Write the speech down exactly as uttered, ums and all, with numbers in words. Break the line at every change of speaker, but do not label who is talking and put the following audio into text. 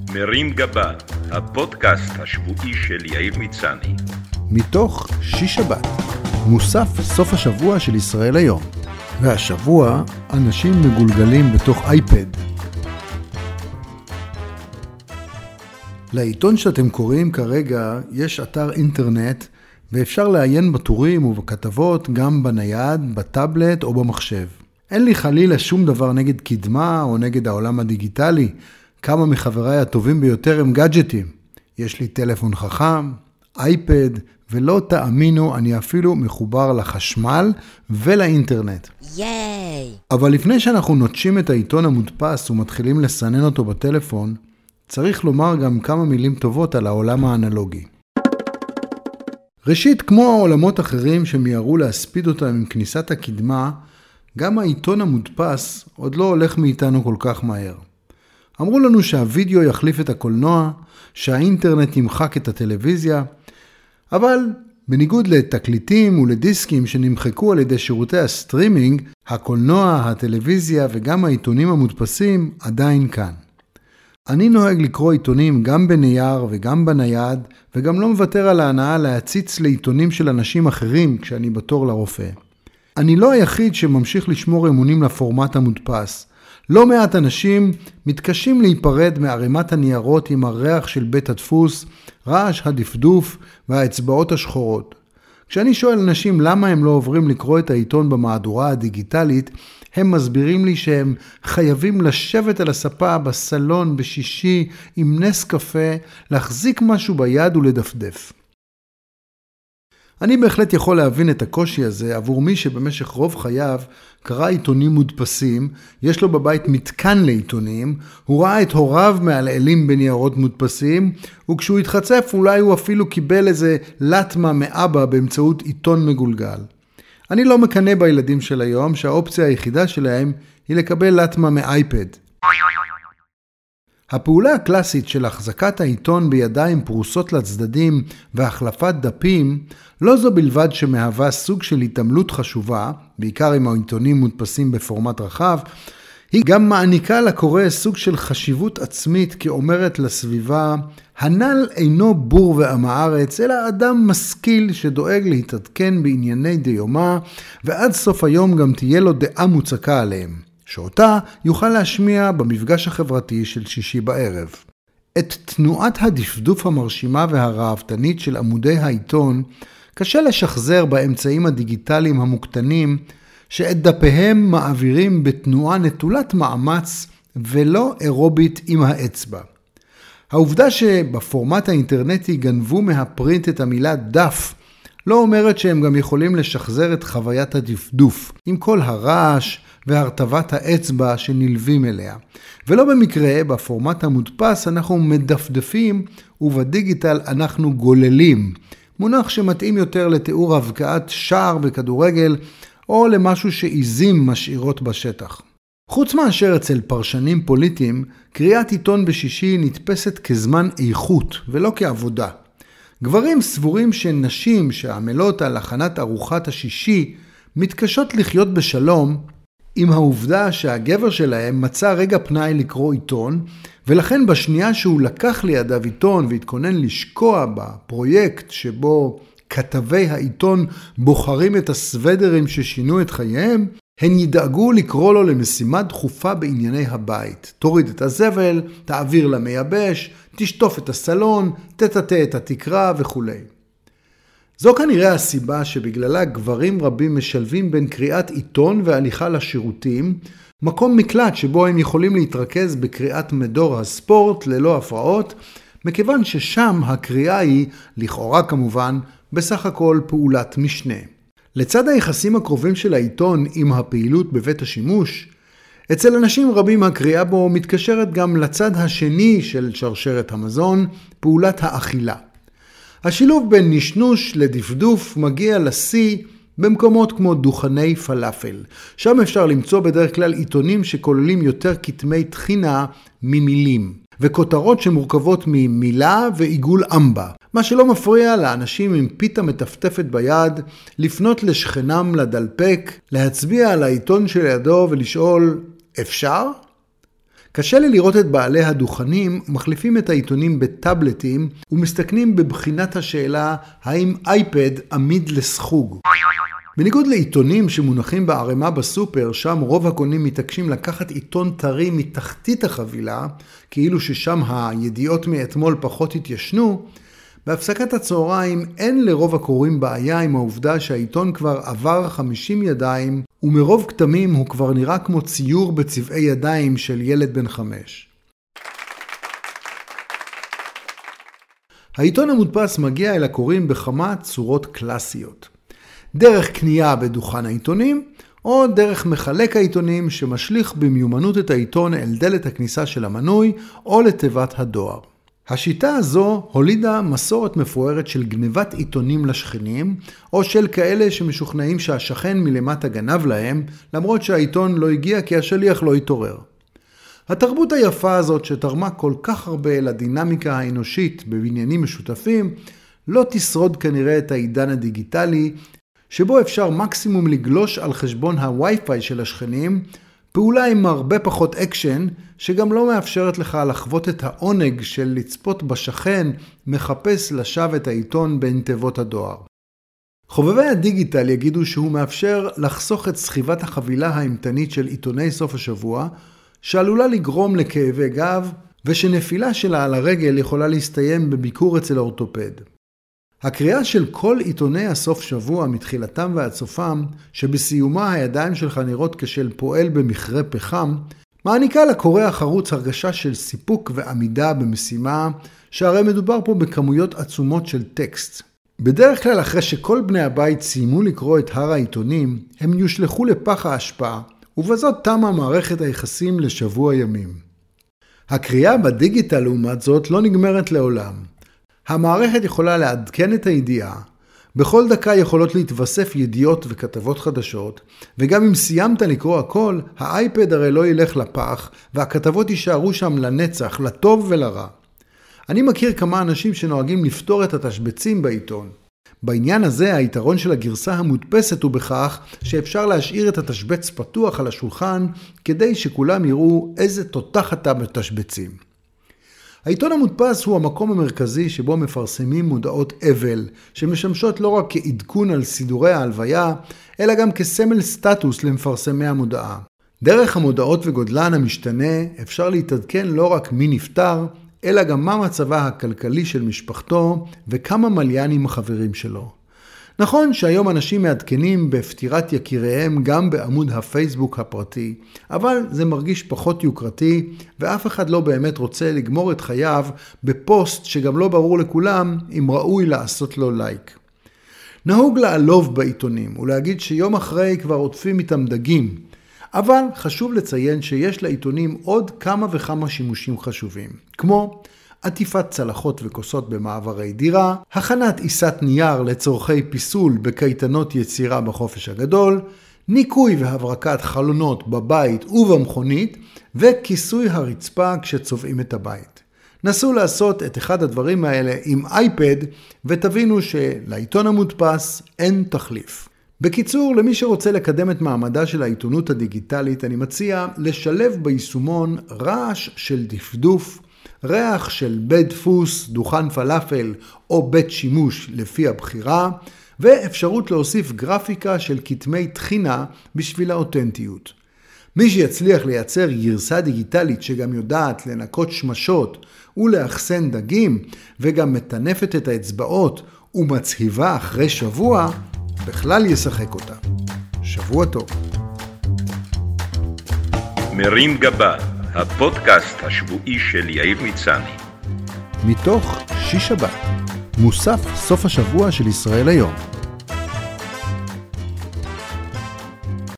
מרים גבה, הפודקאסט השבועי של יאיר מצני.
מתוך שיש שבת, מוסף סוף השבוע של ישראל היום. והשבוע, אנשים מגולגלים בתוך אייפד. לעיתון שאתם קוראים כרגע יש אתר אינטרנט, ואפשר לעיין בטורים ובכתבות גם בנייד, בטאבלט או במחשב. אין לי חלילה שום דבר נגד קדמה או נגד העולם הדיגיטלי. כמה מחבריי הטובים ביותר הם גאדג'טים. יש לי טלפון חכם, אייפד, ולא תאמינו, אני אפילו מחובר לחשמל ולאינטרנט.
ייי!
אבל לפני שאנחנו נוטשים את העיתון המודפס ומתחילים לסנן אותו בטלפון, צריך לומר גם כמה מילים טובות על העולם האנלוגי. ראשית, כמו העולמות אחרים שמיירו להספיד אותם עם כניסת הקדמה, גם העיתון המודפס עוד לא הולך מאיתנו כל כך מהר. אמרו לנו שהווידאו יחליף את הקולנוע, שהאינטרנט ימחק את הטלוויזיה, אבל בניגוד לתקליטים ולדיסקים שנמחקו על ידי שירותי הסטרימינג, הקולנוע, הטלוויזיה וגם העיתונים המודפסים עדיין כאן. אני נוהג לקרוא עיתונים גם בנייר וגם בנייד, וגם לא מוותר על ההנאה להציץ לעיתונים של אנשים אחרים כשאני בתור לרופא. אני לא היחיד שממשיך לשמור אמונים לפורמט המודפס. לא מעט אנשים מתקשים להיפרד מערימת הניירות עם הריח של בית הדפוס, רעש הדפדוף והאצבעות השחורות. כשאני שואל אנשים למה הם לא עוברים לקרוא את העיתון במהדורה הדיגיטלית, הם מסבירים לי שהם חייבים לשבת על הספה בסלון בשישי עם נס קפה, להחזיק משהו ביד ולדפדף. אני בהחלט יכול להבין את הקושי הזה עבור מי שבמשך רוב חייו קרא עיתונים מודפסים, יש לו בבית מתקן לעיתונים, הוא ראה את הוריו מעלעלים בניירות מודפסים, וכשהוא התחצף אולי הוא אפילו קיבל איזה לטמה מאבא באמצעות עיתון מגולגל. אני לא מקנא בילדים של היום שהאופציה היחידה שלהם היא לקבל לטמה מאייפד. הפעולה הקלאסית של החזקת העיתון בידיים פרוסות לצדדים והחלפת דפים, לא זו בלבד שמהווה סוג של התעמלות חשובה, בעיקר אם העיתונים מודפסים בפורמט רחב, היא גם מעניקה לקורא סוג של חשיבות עצמית כאומרת לסביבה, הנ"ל אינו בור ועם הארץ, אלא אדם משכיל שדואג להתעדכן בענייני דיומה, ועד סוף היום גם תהיה לו דעה מוצקה עליהם. שאותה יוכל להשמיע במפגש החברתי של שישי בערב. את תנועת הדפדוף המרשימה והרעבתנית של עמודי העיתון קשה לשחזר באמצעים הדיגיטליים המוקטנים שאת דפיהם מעבירים בתנועה נטולת מאמץ ולא אירובית עם האצבע. העובדה שבפורמט האינטרנטי גנבו מהפרינט את המילה דף לא אומרת שהם גם יכולים לשחזר את חוויית הדפדוף עם כל הרעש והרטבת האצבע שנלווים אליה. ולא במקרה, בפורמט המודפס אנחנו מדפדפים ובדיגיטל אנחנו גוללים. מונח שמתאים יותר לתיאור הבקעת שער בכדורגל או למשהו שעיזים משאירות בשטח. חוץ מאשר אצל פרשנים פוליטיים, קריאת עיתון בשישי נתפסת כזמן איכות ולא כעבודה. גברים סבורים שנשים שעמלות על הכנת ארוחת השישי מתקשות לחיות בשלום עם העובדה שהגבר שלהם מצא רגע פנאי לקרוא עיתון, ולכן בשנייה שהוא לקח לידיו עיתון והתכונן לשקוע בפרויקט שבו כתבי העיתון בוחרים את הסוודרים ששינו את חייהם, הן ידאגו לקרוא לו למשימה דחופה בענייני הבית. תוריד את הזבל, תעביר למייבש, תשטוף את הסלון, תטטה את התקרה וכו'. זו כנראה הסיבה שבגללה גברים רבים משלבים בין קריאת עיתון והליכה לשירותים, מקום מקלט שבו הם יכולים להתרכז בקריאת מדור הספורט ללא הפרעות, מכיוון ששם הקריאה היא, לכאורה כמובן, בסך הכל פעולת משנה. לצד היחסים הקרובים של העיתון עם הפעילות בבית השימוש, אצל אנשים רבים הקריאה בו מתקשרת גם לצד השני של שרשרת המזון, פעולת האכילה. השילוב בין נשנוש לדפדוף מגיע לשיא במקומות כמו דוכני פלאפל. שם אפשר למצוא בדרך כלל עיתונים שכוללים יותר כתמי תחינה ממילים, וכותרות שמורכבות ממילה ועיגול אמבה. מה שלא מפריע לאנשים עם פיתה מטפטפת ביד לפנות לשכנם לדלפק, להצביע על העיתון שלידו ולשאול, אפשר? קשה לי לראות את בעלי הדוכנים מחליפים את העיתונים בטאבלטים ומסתכנים בבחינת השאלה האם אייפד עמיד לסחוג. בניגוד לעיתונים שמונחים בערימה בסופר, שם רוב הקונים מתעקשים לקחת עיתון טרי מתחתית החבילה, כאילו ששם הידיעות מאתמול פחות התיישנו, בהפסקת הצהריים אין לרוב הקוראים בעיה עם העובדה שהעיתון כבר עבר חמישים ידיים, ומרוב כתמים הוא כבר נראה כמו ציור בצבעי ידיים של ילד בן חמש. העיתון המודפס מגיע אל הקוראים בכמה צורות קלאסיות. דרך קנייה בדוכן העיתונים, או דרך מחלק העיתונים שמשליך במיומנות את העיתון אל דלת הכניסה של המנוי, או לתיבת הדואר. השיטה הזו הולידה מסורת מפוארת של גנבת עיתונים לשכנים, או של כאלה שמשוכנעים שהשכן מלמטה גנב להם, למרות שהעיתון לא הגיע כי השליח לא התעורר. התרבות היפה הזאת שתרמה כל כך הרבה לדינמיקה האנושית בבניינים משותפים, לא תשרוד כנראה את העידן הדיגיטלי, שבו אפשר מקסימום לגלוש על חשבון הווי-פיי של השכנים, פעולה עם הרבה פחות אקשן, שגם לא מאפשרת לך לחוות את העונג של לצפות בשכן מחפש לשב את העיתון בין תיבות הדואר. חובבי הדיגיטל יגידו שהוא מאפשר לחסוך את סחיבת החבילה האימתנית של עיתוני סוף השבוע, שעלולה לגרום לכאבי גב, ושנפילה שלה על הרגל יכולה להסתיים בביקור אצל אורתופד. הקריאה של כל עיתוני הסוף שבוע מתחילתם ועד סופם, שבסיומה הידיים שלך נראות כשל פועל במכרה פחם, מעניקה לקורא החרוץ הרגשה של סיפוק ועמידה במשימה, שהרי מדובר פה בכמויות עצומות של טקסט. בדרך כלל אחרי שכל בני הבית סיימו לקרוא את הר העיתונים, הם יושלחו לפח ההשפעה, ובזאת תמה מערכת היחסים לשבוע ימים. הקריאה בדיגיטל לעומת זאת לא נגמרת לעולם. המערכת יכולה לעדכן את הידיעה, בכל דקה יכולות להתווסף ידיעות וכתבות חדשות, וגם אם סיימת לקרוא הכל, האייפד הרי לא ילך לפח, והכתבות יישארו שם לנצח, לטוב ולרע. אני מכיר כמה אנשים שנוהגים לפתור את התשבצים בעיתון. בעניין הזה היתרון של הגרסה המודפסת הוא בכך שאפשר להשאיר את התשבץ פתוח על השולחן, כדי שכולם יראו איזה תותח אתה בתשבצים. העיתון המודפס הוא המקום המרכזי שבו מפרסמים מודעות אבל, שמשמשות לא רק כעדכון על סידורי ההלוויה, אלא גם כסמל סטטוס למפרסמי המודעה. דרך המודעות וגודלן המשתנה אפשר להתעדכן לא רק מי נפטר, אלא גם מה מצבה הכלכלי של משפחתו וכמה מליין עם החברים שלו. נכון שהיום אנשים מעדכנים בפטירת יקיריהם גם בעמוד הפייסבוק הפרטי, אבל זה מרגיש פחות יוקרתי, ואף אחד לא באמת רוצה לגמור את חייו בפוסט שגם לא ברור לכולם אם ראוי לעשות לו לייק. נהוג לעלוב בעיתונים ולהגיד שיום אחרי כבר עוטפים איתם דגים, אבל חשוב לציין שיש לעיתונים עוד כמה וכמה שימושים חשובים, כמו עטיפת צלחות וכוסות במעברי דירה, הכנת עיסת נייר לצורכי פיסול בקייטנות יצירה בחופש הגדול, ניקוי והברקת חלונות בבית ובמכונית, וכיסוי הרצפה כשצובעים את הבית. נסו לעשות את אחד הדברים האלה עם אייפד, ותבינו שלעיתון המודפס אין תחליף. בקיצור, למי שרוצה לקדם את מעמדה של העיתונות הדיגיטלית, אני מציע לשלב ביישומון רעש של דפדוף, ריח של בית דפוס, דוכן פלאפל או בית שימוש לפי הבחירה, ואפשרות להוסיף גרפיקה של כתמי תחינה בשביל האותנטיות. מי שיצליח לייצר גרסה דיגיטלית שגם יודעת לנקות שמשות ולאחסן דגים, וגם מטנפת את האצבעות ומצהיבה אחרי שבוע, בכלל ישחק אותה. שבוע טוב.
מרים גבה, הפודקאסט השבועי של יאיר מצני.
מתוך שיש שבת, מוסף סוף השבוע של ישראל היום.